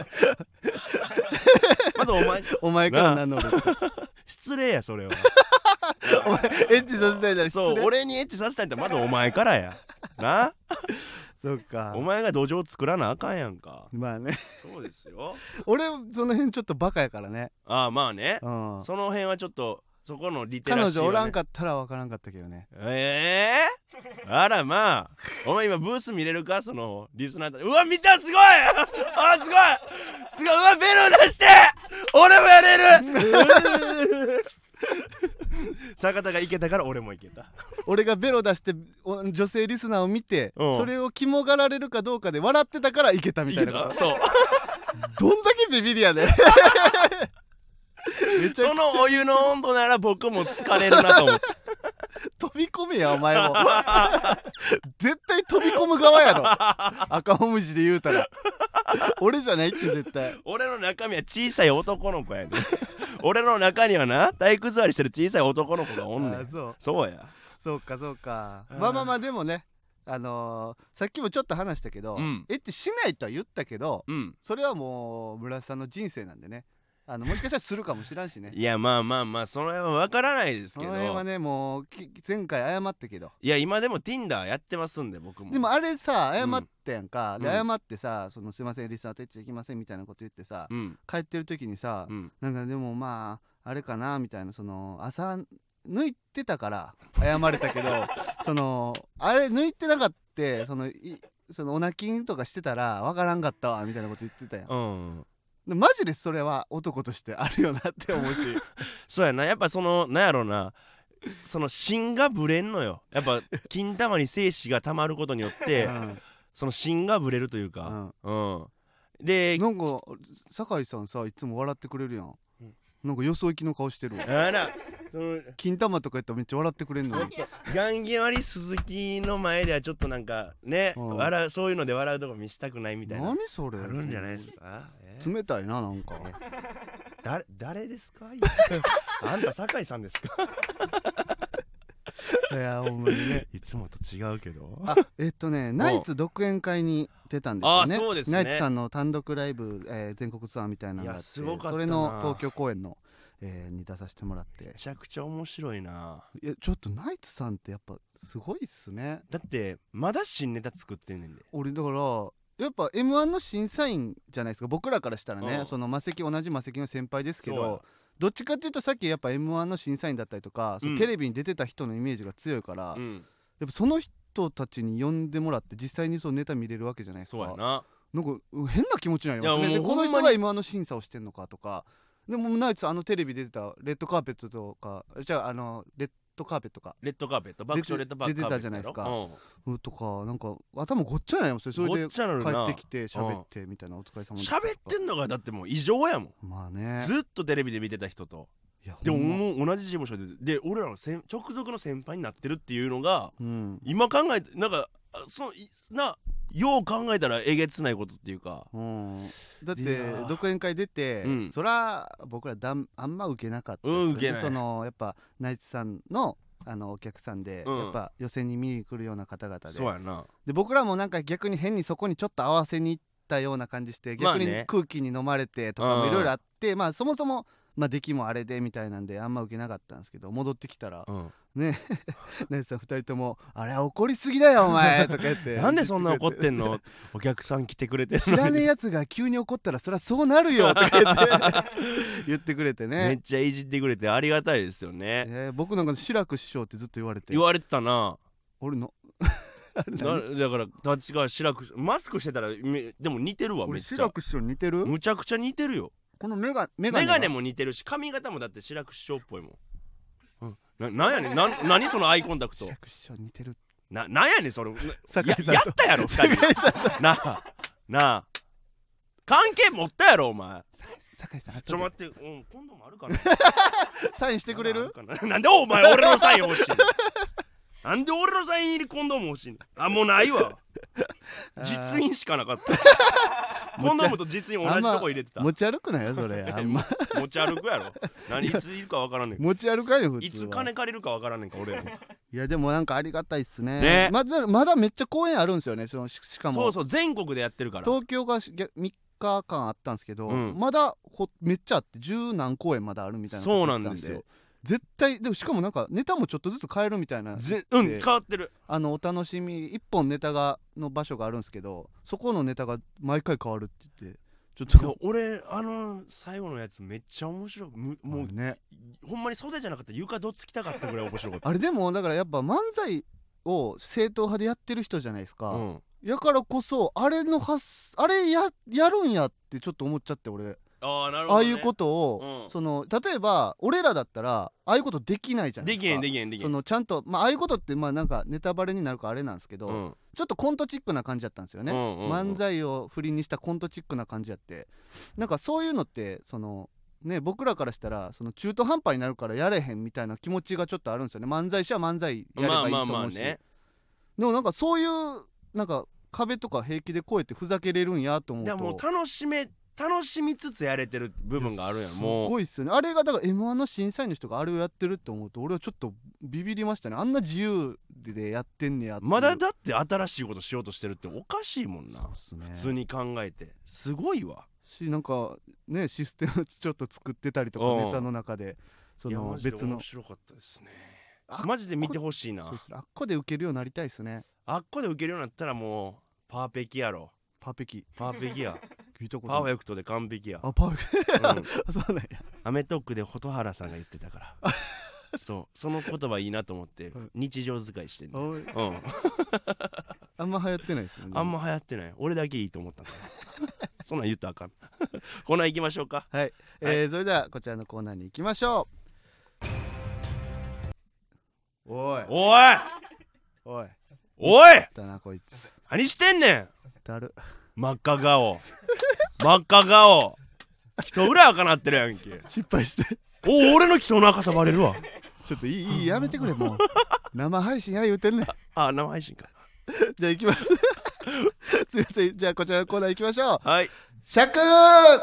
まず
お前から名乗る
失礼やそれは
お前エッチさせたいなら失礼。
そう、俺にエッチさせたいんだったらまずお前からやな。
そうか、
お前が土壌作らなあかんやんか。
まあね、
そうですよ。
俺その辺ちょっとバカやからね。
ああまあね、その辺はちょっとそこのリテラシーは、ね、
彼女おらんかったら分からんかったけどね。
あらまあ、お前今ブース見れるか、そのリスナー。うわ見た、すごいあ、すごいすごい、うわベロ出して俺もやれる坂田がいけたから俺もいけた。
俺がベロ出して女性リスナーを見て、それを肝がられるかどうかで笑ってたからいけたみたいな。そうどんだけビビりやね
そのお湯の温度なら僕も疲れるなと思って
飛び込めやお前も絶対飛び込む側やろ赤もみじで言うたら俺じゃないって絶対。
俺の中身は小さい男の子やね俺の中にはな体育座りしてる小さい男の子がおんねん。そうや。
そうかそうか。まあまあまあでもね、さっきもちょっと話したけど、エッチしないとは言ったけど、それはもう村瀬さんの人生なんでね、もしかしたらするかもしらんしね。
いやまあまあまあその辺は分からないですけど、
その辺はねもう前回謝ったけど、
いや今でも Tinder やってますんで僕も。
でもあれさ謝ったやんか、で謝ってさ、そのすいませんリスナーとエッチできませんみたいなこと言ってさ、帰ってる時にさ、なんかでもまああれかなみたいな、その朝抜いてたから謝れたけどそのあれ抜いてなかった、そのオナキンとかしてたら分からんかったわみたいなこと言ってたやん。マジでそれは男としてあるよなって思うし
そうやな、やっぱそのなんやろな、その芯がぶれんのよ。やっぱ金玉に精子がたまることによって、その芯がぶれるというか、で
なんか酒井さんさいつも笑ってくれるやん、なんかよそ行きの顔してるわ。その金玉とかやったらめっちゃ笑ってくれんのに
ガンギ割り鈴木の前ではちょっとなんかね、そういうので笑うとこ見したくないみたいな。
何それ
あるんじゃないですか。
冷たいな、なんか
誰ですかあんた酒井さんですか
いやほんまにね、
いつもと違うけど。
ナイツ独演会に出たんですよね。
そうですね、
ナイツさんの単独ライブ、全国ツアーみたいなのがあって、
すごかったな。
それの東京公演のに出させてもらって、め
ちゃくちゃ面白いな。
いやちょっとナイツさんってやっぱすごいっすね。
だってまだ新ネタ作ってんねんで。
俺だからやっぱ M1 の審査員じゃないですか、僕らからしたらね、その同じマセキの先輩ですけど、どっちかっていうとさっきやっぱ M1 の審査員だったりとか、テレビに出てた人のイメージが強いから、やっぱその人たちに呼んでもらって実際にそのネタ見れるわけじゃないですか。
そうやな。
なんか変な気持ちになりますね。でこの人が M1 の審査をしてんのかとか。でもナイツテレビ出てたレッドカーペットとか、じゃあレッドカーペットか、
レッドカーペット、爆笑レッドカーペット
出てたじゃないですか、とかなんか頭ごっちゃないもん。それで帰ってきて喋ってみたいな、お疲れ様です。
喋ってんのがだってもう異常やもん。
まあね、
ずっとテレビで見てた人と。でももう同じ事務所で俺らの直属の先輩になってるっていうのが、今考えてなんかよう考えたらえげつないことっていうか、だって独演会出て、そら僕らあんま受けなかったですよね。そのやっぱナイツさんのお客さんで、やっぱ予選に見に来るような方々で、 そうやな。
で僕らもなんか逆に変にそこにちょっと合わせに行ったような感じして、逆に空気に飲まれてとかもいろいろあって、まあそもそも出来もあれでみたいなんであんま受けなかったんですけど、戻ってきたら、ねナイツさん2人とも「あれは怒りすぎだよお前」とか言って
なんでそんな怒ってんのお客さん来てくれて
知らねえやつが急に怒ったらそりゃそうなるよとか言ってくれてね、
めっちゃいじってくれてありがたいですよね。
僕なんか志らく師匠ってずっと言われて
たな。
俺の
だからタッチが志らくマスクしてたらでも似てるわ。めっちゃ
志らく師匠似てる。
むちゃくちゃ似てるよ。
このメガ
ネも似てるし、髪型もだって志らく師匠っぽいもん。なんやねん、何そのアイコンタクト。
志らく師匠似てる。
なんやねんそれ。やったやろ2人。なあ関係持ったやろお前。
酒井さん
ちょ待って、今度もあるかな。
サインしてくれる。
なんでお前俺のサイン欲しいの。 なんで俺のサイン入りコンドーム欲しいの。あ、もうないわ実印しかなかったコンドームと実印同じとこ入れてた。
持ち歩くなよそれ。あんま
持ち歩くやろ。何いついるかわからんねん。
持ち歩かんよ普通は。
いつ金借りるかわからんねんか俺ら。
いやでもなんかありがたいっすね。
ね、
まだめっちゃ公演あるんですよね。しかも
そうそう全国でやってるから。
東京が3日間あったんですけど、まだめっちゃあって10何公演まだあるみたいな。
そうなんですよ。
絶対でもしかもなんかネタもちょっとずつ変えるみたいな。
変わってる。
お楽しみ1本ネタの場所があるんですけど、そこのネタが毎回変わるって言って。ちょっと
俺最後のやつめっちゃ面白い。もうね、ほんまに袖じゃなかったら床どつきたかったぐらい面白かった
あれでもだからやっぱ漫才を正統派でやってる人じゃないですか、やからこそあれやるんやってちょっと思っちゃって。俺
なるほどね、
ああいうことを、例えば俺らだったらああいうことできないじゃないですか。
できへん
ちゃんとああいうことってなんかネタバレになるからあれなんですけど、ちょっとコントチックな感じだったんですよね、漫才を振りにしたコントチックな感じやって、なんかそういうのって僕らからしたら中途半端になるからやれへんみたいな気持ちがちょっとあるんですよね。漫才師は漫才やればいいと思うし、でもなんかそういうなんか壁とか平気で越えてふざけれるんやと思うと、
もう楽しみつつやれてる部分があるやん。もう
すごいっすよね。あれがだから M1 の審査員の人があれをやってるって思うと俺はちょっとビビりましたね。あんな自由でやってんねやって。
まだだって新しいことしようとしてるっておかしいもんな。
そうっすね、
普通に考えてすごいわ
し、なんかねシステムちょっと作ってたりとかネタの中で別の。
面白かったですね。マジで見てほしいな。
そうっすね、あっこで受けるようになりたいっすね。
あっこで受けるようになったらもうパーペキやろ。
パーペキ
や
聞いたこと
パーフェクトで完璧や。
パーフェクトそうなんや。
アメトークで蛍原さんが言ってたからその言葉いいなと思って日常使いしてんの。
あんま流行ってないですよね。
あんま流行ってない。俺だけいいと思ったからそんなん言ったらあかんコーナー行きましょうか。
はい、それではこちらのコーナーに行きましょう。おいだなこいつ。
何してんねん。
だる
真っ赤顔人ぐらい赤なってるやんけ。
失敗して
俺の人の赤さバレるわ。
ちょっといいやめてくれもう生配信や言うてんねん。
生配信か
じゃあ行きますすいません。じゃあこちらのコーナー行きましょう。
はい、
尺はい、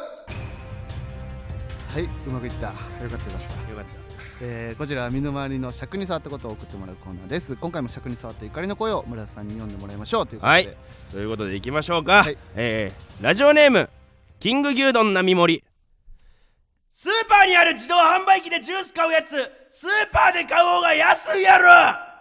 うまくいった。よかった。こちらは身の回りの尺に触ったことを送ってもらうコーナーです。今回も尺に触った怒りの声を村田さんに読んでもらいましょうということで、
ということでいきましょうか。ラジオネームキング牛丼並盛り。スーパーにある自動販売機でジュース買うやつ、スーパーで買う方が安いやろ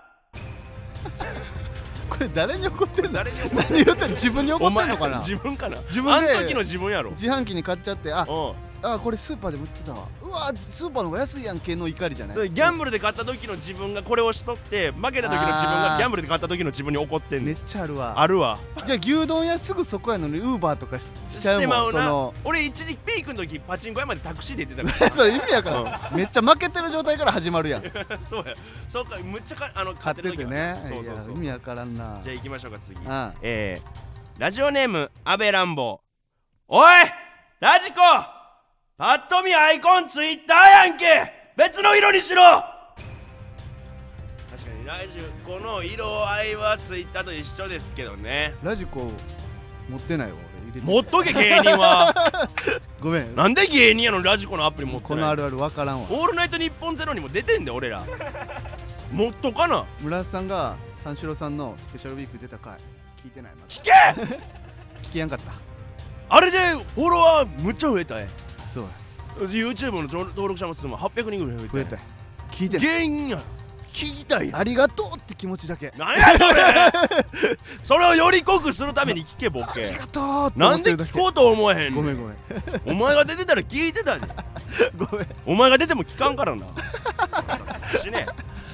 これ誰に怒ってんの？何言ってんの？自分に怒ってんのかな？
自分かな？
自分で
あん時の自分やろ。
自販機に買っちゃってこれスーパーでも売ってたわ。うわスーパーの方が安いやんけの怒りじゃない？
それギャンブルで買った時の自分がこれをしとって負けた時の自分がギャンブルで買った時の自分に怒ってんねん。
めっちゃあるわ。じゃあ牛丼屋すぐそこやのにウーバーとかしちゃうもん。
してまうな。俺一時ピークの時パチンコ屋までタクシーで行ってたから
それ意味やから、めっちゃ負けてる状態から始まるやん
そうかむっちゃ
買っててね。
そう
意味わからんな。
じゃあ行きましょうか次。
ラ
ジオネームアベランボー。おいラジコパッと見アイコンツイッターやんけ、別の色にしろ。確かにラジコの色合いはツイッターと一緒ですけどね。
ラジコ持ってないわ俺。
持っとけ芸人は
ごめん、
なんで芸人やのにラジコのアプリ持ってない。
このあるあるわからんわ。
オールナイトニッポンゼロにも出てんで俺ら持っとかな。
村瀬さんが三四郎さんのスペシャルウィーク出た回聞いてない。まだ
聞け
聞けやんかった。
あれでフォロワーむっちゃ増えた。
そう
YouTube の登録者数も800人ぐらい増えた。
聞いて
原因や聞きたいやん。
ありがとうって気持ちだけ。
なんやそれそれをより濃くするために聞けボケ。
ありがとうって
なんで聞こうと思えへんの。
ごめん
お前が出てたら聞いてたで
ごめん。
お前が出ても聞かんからな死ね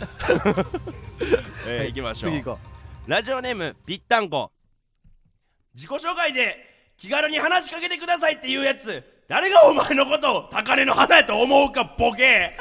行きましょう。
次行こ
う。ラジオネームぴったんこ。自己紹介で気軽に話しかけてくださいっていうやつ、誰がお前のことを高嶺の花やと思うかボケ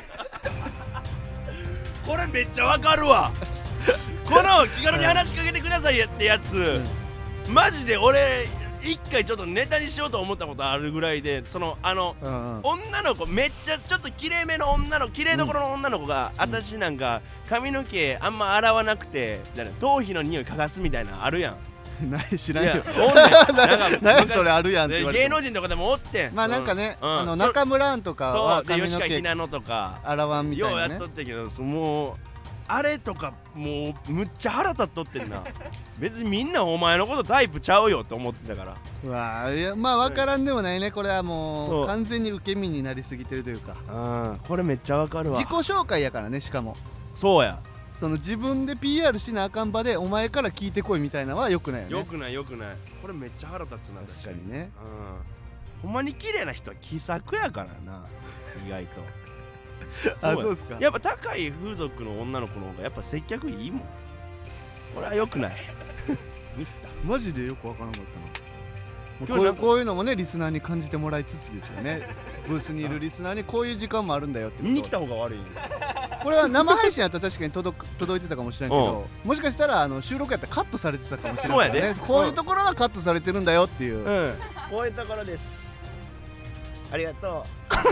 これめっちゃわかるわこの気軽に話しかけてくださいってやつ、マジで俺一回ちょっとネタにしようと思ったことあるぐらいで、その女の子めっちゃちょっと綺麗めの女の子、綺麗どころの女の子が、私なんか髪の毛あんま洗わなくて頭皮の匂い嗅がすみたいなあるやん。
ない知らんよ。
なんか
それあるやんって言われて。
芸能人とかでもおってん。
まあなんかね、中村アンとかは
髪の毛吉川ひなのとか
洗わんみたいなね。
ようやっとってんけど、もうあれとかもうむっちゃ腹立っとってんな。別にみんなお前のことタイプちゃうよって思ってたから。
うわいや、まあ分からんでもないね。これはもう完全に受け身になりすぎてるというか、
これめっちゃわかるわ。
自己紹介やからね。しかも
そうや、
その自分で PR しなあかん場でお前から聞いてこいみたいなのはよくないよね。
よくないよくない。これめっちゃ腹立つな。
確かにね。
ほんまに綺麗な人は気さくやからな、意外と。
そうっすか。
やっぱ高い風俗の女の子の方がやっぱ接客いいもん。これはよくない。ミスった。
マジでよくわからなかったな。こういうのもね、リスナーに感じてもらいつつですよね。ブースにいるリスナーにこういう時間もあるんだよって。
見に来た方が悪い。
これは生配信やったら確かに届いてたかもしれんけど、もしかしたら収録やったらカットされてたかもしれないね。こういうところがカットされてるんだよっていう。
こういうところです。ありがとう。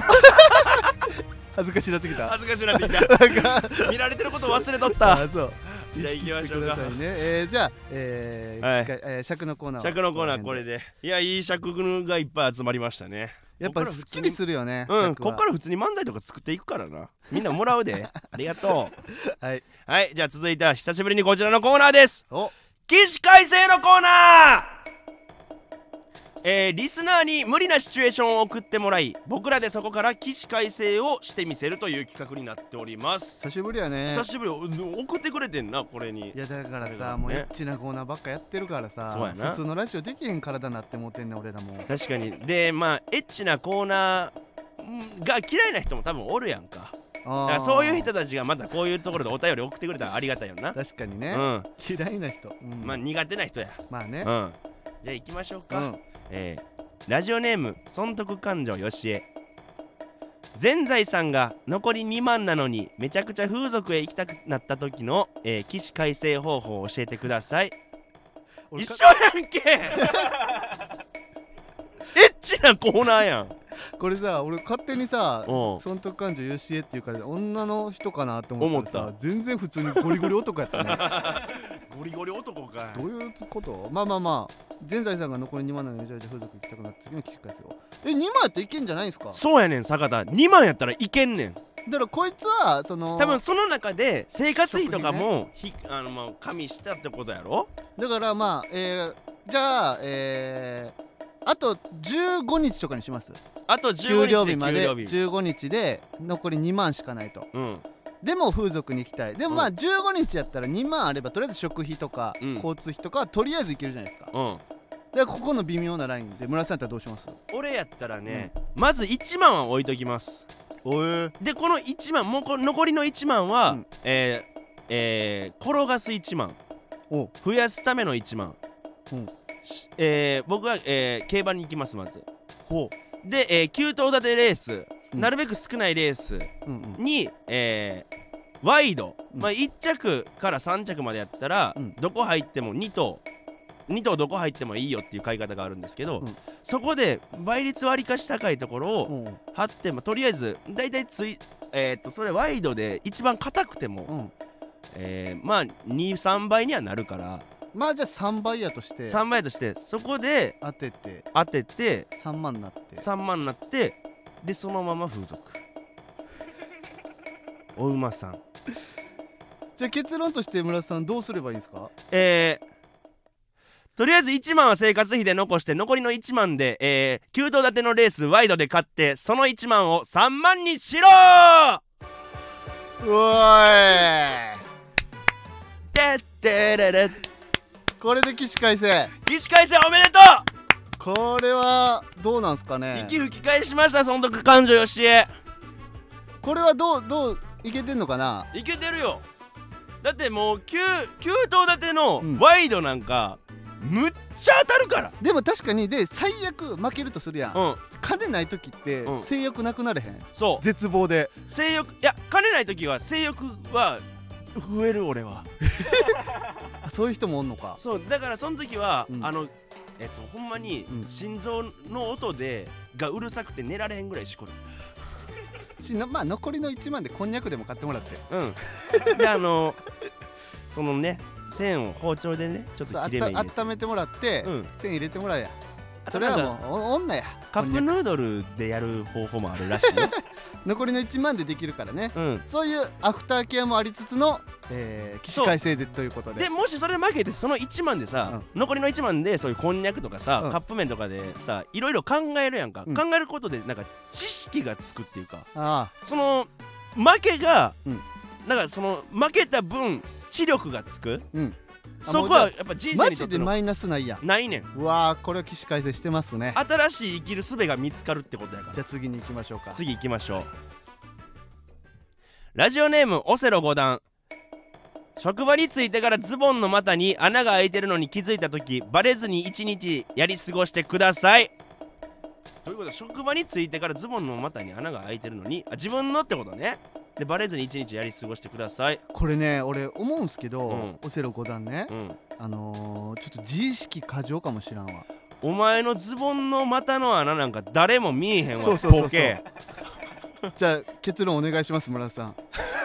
恥ずかしなってきた。
恥ずかしなってきた。見られてること忘れとった。
そう。
じゃあ行きましょうか。
じゃあ尺のコーナー。
尺のコーナーこれで。いや、いい尺がいっぱい集まりましたね。
やっぱすっきりするよね。
こっから普通に漫才とか作っていくからな。みんなもらうで。ありがとう。はい、じゃあ続いては久しぶりにこちらのコーナーです。起死回生のコーナー。リスナーに無理なシチュエーションを送ってもらい、僕らでそこから起死回生をしてみせるという企画になっております。
久しぶりやね。
久しぶり。送ってくれてんな、これに。
いやだからさ、もうエッチなコーナーばっかやってるからさ、
そうやな。
普通のラジオできへん体なって思ってんね、俺らも。
確かに。で、まあエッチなコーナーが嫌いな人も多分おるやんか。だからそういう人たちがまたこういうところでお便り送ってくれたらありがたいよな。
確かにね。嫌いな人、
まあ苦手な人や。
まあね。
じゃあ行きましょうか。ラジオネーム損得感情よしえ。全財産が残り2万なのにめちゃくちゃ風俗へ行きたくなった時の、起死回生方法を教えてください。一緒やんけ。エッチなコーナーやん。
これさ、俺勝手にさ、損得感情よしえっていうから女の人かなって思ったらさ、全然普通にゴリゴリ男やったね。
ゴリゴリ男か。
どういうこと？まあ全財産が残り2万なのにめちゃめちゃ風俗行きたくなった時の起死回生を。2万やったらいけんじゃないですか？
そうやねん坂田、2万やったらいけんねん。
だからこいつは多
分その中で生活費とかも加味したってことやろ。
だからまあじゃああと15日とかにします。
あと15日で
給料日まで15日で残り2万しかないと。でも風俗に行きたい。でもまあ15日やったら2万あればとりあえず食費とか交通費とかはとりあえずいけるじゃないですか。でここの微妙なラインで村瀬さんやったらどうします？
俺やったらね、まず1万は置いときます。でこの1万もう残りの1万は、転がす1万増やすための1万、僕は、競馬に行きます。まずで、9頭立てレース、なるべく少ないレースに、ワイド、1着から3着までやったら、どこ入っても2頭どこ入ってもいいよっていう買い方があるんですけど、そこで倍率割りかし高いところを貼って、とりあえずだいたいそれワイドで一番硬くても、まあ 2,3 倍にはなるから、
まあじゃあ3倍やとして
そこで当てて
3万になって
でそのまま風俗お馬さん。
じゃあ結論として村瀬さんどうすればいいんですか？
とりあえず1万は生活費で残して、残りの1万で、9頭立てのレースワイドで買って、その1万を3万にしろー。
うおーい
てってれれ。
これで起死回生
おめでと
う。これはどうなんすかね。
息吹き返しました。損得感情よしえ。
これはどういけてんのかな。
いけてるよ。だってもう 9頭立てのワイドなんか、むっちゃ当たるから。
でも確かにで最悪負けるとするやん、金ない時って性欲なくなれへん。
そう
絶望で
性欲、いや金ない時は性欲は増える。俺は
そういう人もおんのか。
そうだからその時は、 ほんまに心臓の音がうるさくて寝られへんぐらいしこる。
まあ残りの1万でこんにゃくでも買ってもらって、
でそのね線を包丁でねちょっと切れ目入れて
温めてもらって、線入れてもらうや。それはもう女や。
カップヌードルでやる方法もあるらしいよ。
残りの1万でできるからね、そういうアフターケアもありつつの、起死回生でということで、
もしそれで負けてその1万でさ、残りの1万でそういうこんにゃくとかさ、カップ麺とかでさいろいろ考えるやんか、考えることでなんか知識がつくっていうか、その負けが、なんかその負けた分知力がつく、そこはやっぱ人生にとっての
マジでマイナスないやん。
ないねん。
うわー、これは起死回生してますね。
新しい生きる術が見つかるってことやから。
じゃあ次に行きましょうか。
次行きましょう。ラジオネームオセロ5段。職場に着いてからズボンの股に穴が開いてるのに気づいたとき、バレずに1日やり過ごしてください。どういうこと？職場に着いてからズボンの股に穴が開いてるのに、自分のってことね。でバレずに1日やり過ごしてください。
これね、俺思うんすけど、オセロ5段ね、ちょっと自意識過剰かもしらんわ。
お前のズボンの股の穴なんか誰も見えへんわ。ボケ。
じゃあ結論お願いします、村田さん。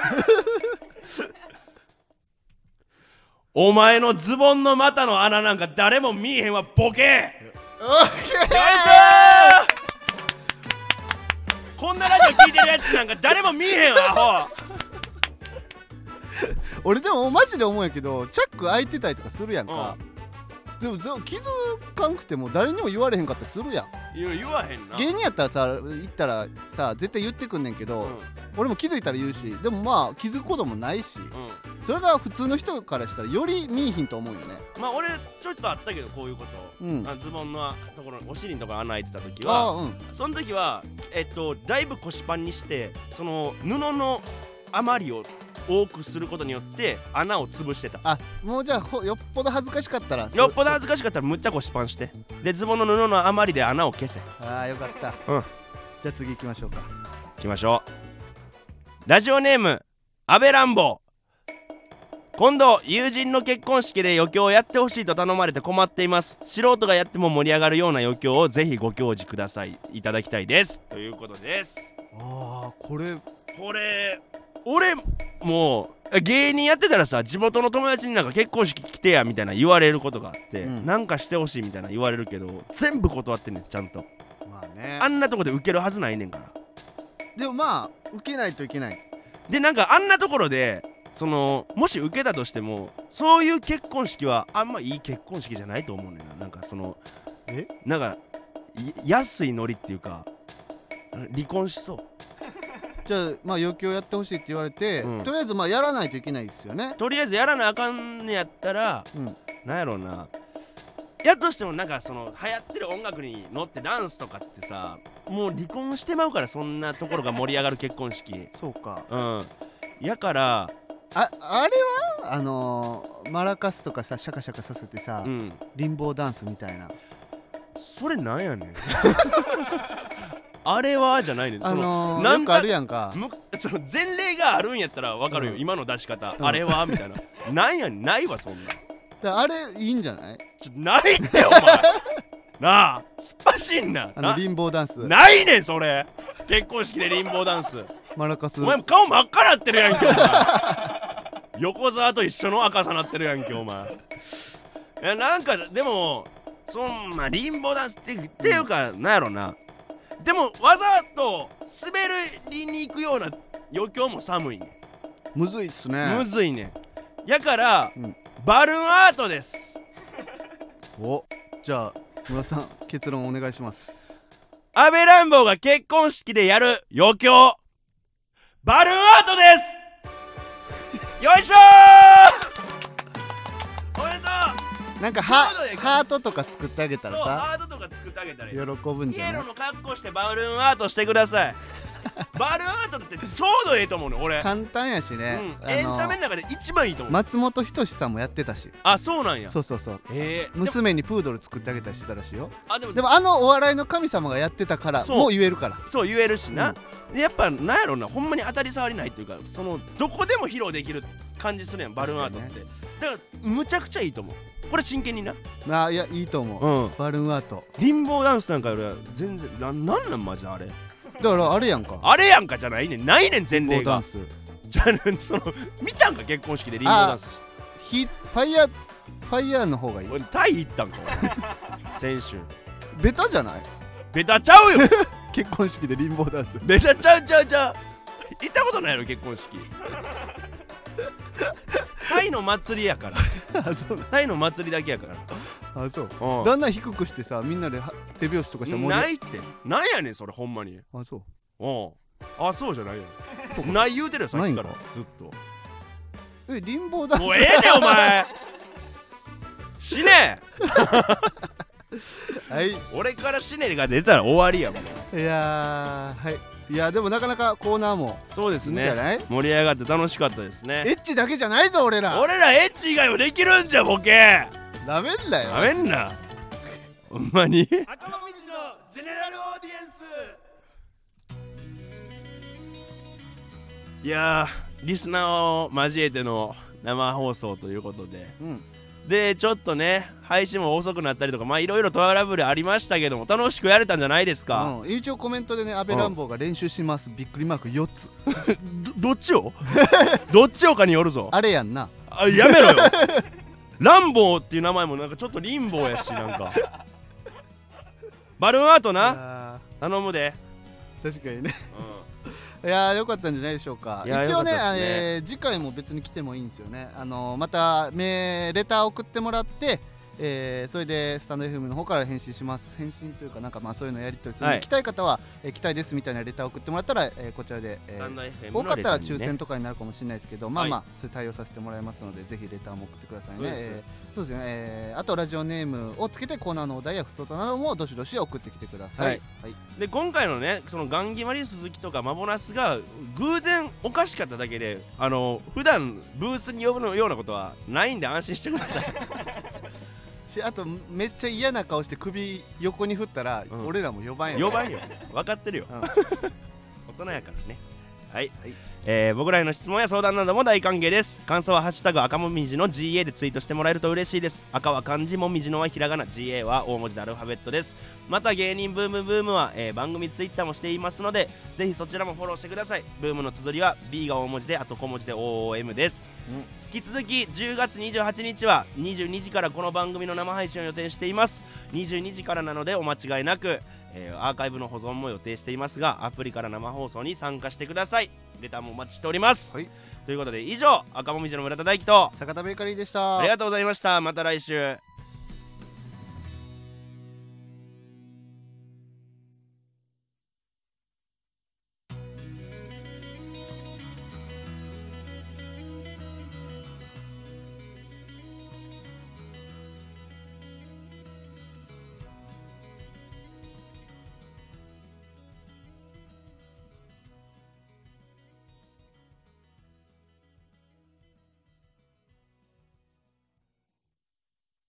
お前のズボンの股の穴なんか誰も見えへんわ、ボケ。よいしょー。こんなラジオ聞いてるやつなんか誰も見えへんわ、アホ。
俺でもマジで思うんやけど、チャック開いてたりとかするやんか、でも気づかんくても誰にも言われへんかったりするやん。
いや言わへんな。
芸人やったらさ、言ったらさ絶対言ってくんねんけど、俺も気づいたら言うし、でもまあ気づくこともないし、それが普通の人からしたらより見いひんと思うよね。
まあ俺ちょっとあったけど、こういうこと、ズボンのところお尻のところ穴開いてた時は、その時はだいぶ腰パンにして、その布の余りを多くすることによって穴を潰してた。
もうじゃあよっぽど恥ずかしかったら、
むっちゃ腰パンして、でズボンの布の余りで穴を消せ。
よかった。じゃあ次行きましょうか。
行きましょう。ラジオネームアベランボ。今度友人の結婚式で余興をやってほしいと頼まれて困っています。素人がやっても盛り上がるような余興をぜひご教示ください、いただきたいです、ということです。
これ
俺もう芸人やってたらさ、地元の友達になんか結婚式来てやみたいな言われることがあって、なんかしてほしいみたいな言われるけど、全部断ってんねん、ちゃんと。あんなとこで受けるはずないねんから。
でもまあ受けないといけない。
でなんかあんなところでもし受けたとしても、そういう結婚式はあんまいい結婚式じゃないと思うねんな。なんかなんか安いノリっていうか、離婚しそう。
じゃあまあ余興やってほしいって言われて、とりあえずまあやらないといけないですよね。
とりあえずやらなあかんねやったら、なんやろうな、やとしてもなんか流行ってる音楽に乗ってダンスとかってさ、もう離婚してまうから、そんなところが盛り上がる結婚式。
そうか。
やから
あれはマラカスとかさ、シャカシャカさせてさ、リンボーダンスみたいな。
それなんやねん。あれはじゃないねん。
なんかあるやんか。
その前例があるんやったら分かるよ、今の出し方。あれはみたいな。なんやねん、ないわそんな。
あれいいんじゃない？
ないってお前。なあ、すっぱしんな。
リンボーダンス
ないねん、それ。結婚式でリンボーダンス。
マラカス。
お前顔真っ赤なってるやんけお前。横澤と一緒の赤さなってるやんけお前。なんかでもそんなリンボーダンスっていうか、なんやろな。でもわざと滑りに行くような余興も寒いね。
むずいっすね。
むずいね。やから、バルーンアートです。
じゃあ村さん結論お願いします。
安倍乱暴が結婚式でやる余興、バルーンアートです。よいしょー。おめでとう。
なんかハートとか作ってあげたらさ、
そうハートとか作ってあげたら
喜ぶんじゃない？
ピエロの格好してバルーンアートしてください。バルーンアートってちょうどええと思うね俺。
簡単やしね、
エンタメの中で一番いいと思う。
松本人志さんもやってたし。
あ、そうなんや。
そう娘にプードル作ってあげたりしてたらしいよ。でもお笑いの神様がやってたからもう言えるから。
そう言えるしな、やっぱなんやろな、ほんまに当たり障りないっていうか、どこでも披露できる感じするやんバルーンアートって。だからむちゃくちゃいいと思う。 これ真剣にな。
いやいいと思う、バルーンアート。
リンボーダンスなんかよりは全然なんマジであれ。
だからあれやんか、
あれやんかじゃないねん、ないねん前例が。
リンボーダンス
じゃあその見たんか結婚式でリンボーダンスして。
ファイヤーの方がいい。
俺タイ行ったんか先週。
ベタじゃない？
ベタちゃうよ
結婚式でリンボーダンス。
ベタちゃう行ったことないやろ結婚式タイの祭りやからタイの祭りだけやから。
あ、そう。だんだん低くしてさ、みんなで手拍子とかしたら
ないって。なんやねんそれほんまに。
あ、そう。
あ、そうじゃないよない言うてるよさっきからずっと。
リンボーダンス
もうええねんお前死ね
はい、
俺から死ねが出たら終わりやもん。
いやー、はい。いやでもなかなかコーナーも
そうですね、
いいんじゃない？
盛り上がって楽しかったですね。
エッチだけじゃないぞ俺ら
エッチ以外もできるんじゃボケ。
なめんなよ。
なめんなほんまに。赤もみじのジェネラルオーディエンス。いやー、リスナーを交えての生放送ということで、でちょっとね配信も遅くなったりとか、まあいろいろトラブルありましたけども楽しくやれたんじゃないですか。
一応コメントでね、安倍乱暴が練習しますびっくりマーク4つ
どっちをどっちをかによるぞ。
あれやんな。
やめろよランボーっていう名前もなんかちょっとリンボーやし、なんかバルーンアートな頼むで。
確かにねいやーよかったんじゃないでしょうか。一応ね、次回も別に来てもいいんですよね。またレター送ってもらって、それでスタンド FM の方から返信します。返信というかなんかまあそういうのやり取りする、行きたい方は行きたいですみたいなレター送ってもらったら、こちらで、多かったら抽選とかになるかもしれないですけど、まあまあそういう対応させてもらいますので、ぜひレターも送ってくださいね。そうですね、あとラジオネームをつけてコーナーのお題や普通となどもどしどし送ってきてください。
で今回のねそのガンギマリ鈴木とかマボナスが偶然おかしかっただけで、普段ブースに呼ぶのようなことはないんで安心してください
あとめっちゃ嫌な顔して首横に振ったら、俺らも呼ばんよ、
呼ばんよ分かってるよ、大人やからね。はい、僕らへの質問や相談なども大歓迎です。感想はハッシュタグ赤もみじの GA でツイートしてもらえると嬉しいです。赤は漢字、もみじのはひらがな、 GA は大文字でアルファベットです。また芸人ブームは、番組ツイッターもしていますので、ぜひそちらもフォローしてください。ブームの綴りは B が大文字であと小文字で OOM です。引き続き10月28日は22時からこの番組の生配信を予定しています。22時からなのでお間違いなく、アーカイブの保存も予定していますが、アプリから生放送に参加してください。レターもお待ちしております、ということで以上赤もみじの村田大樹と
坂田ベーカリーでした。
ありがとうございました。また来週。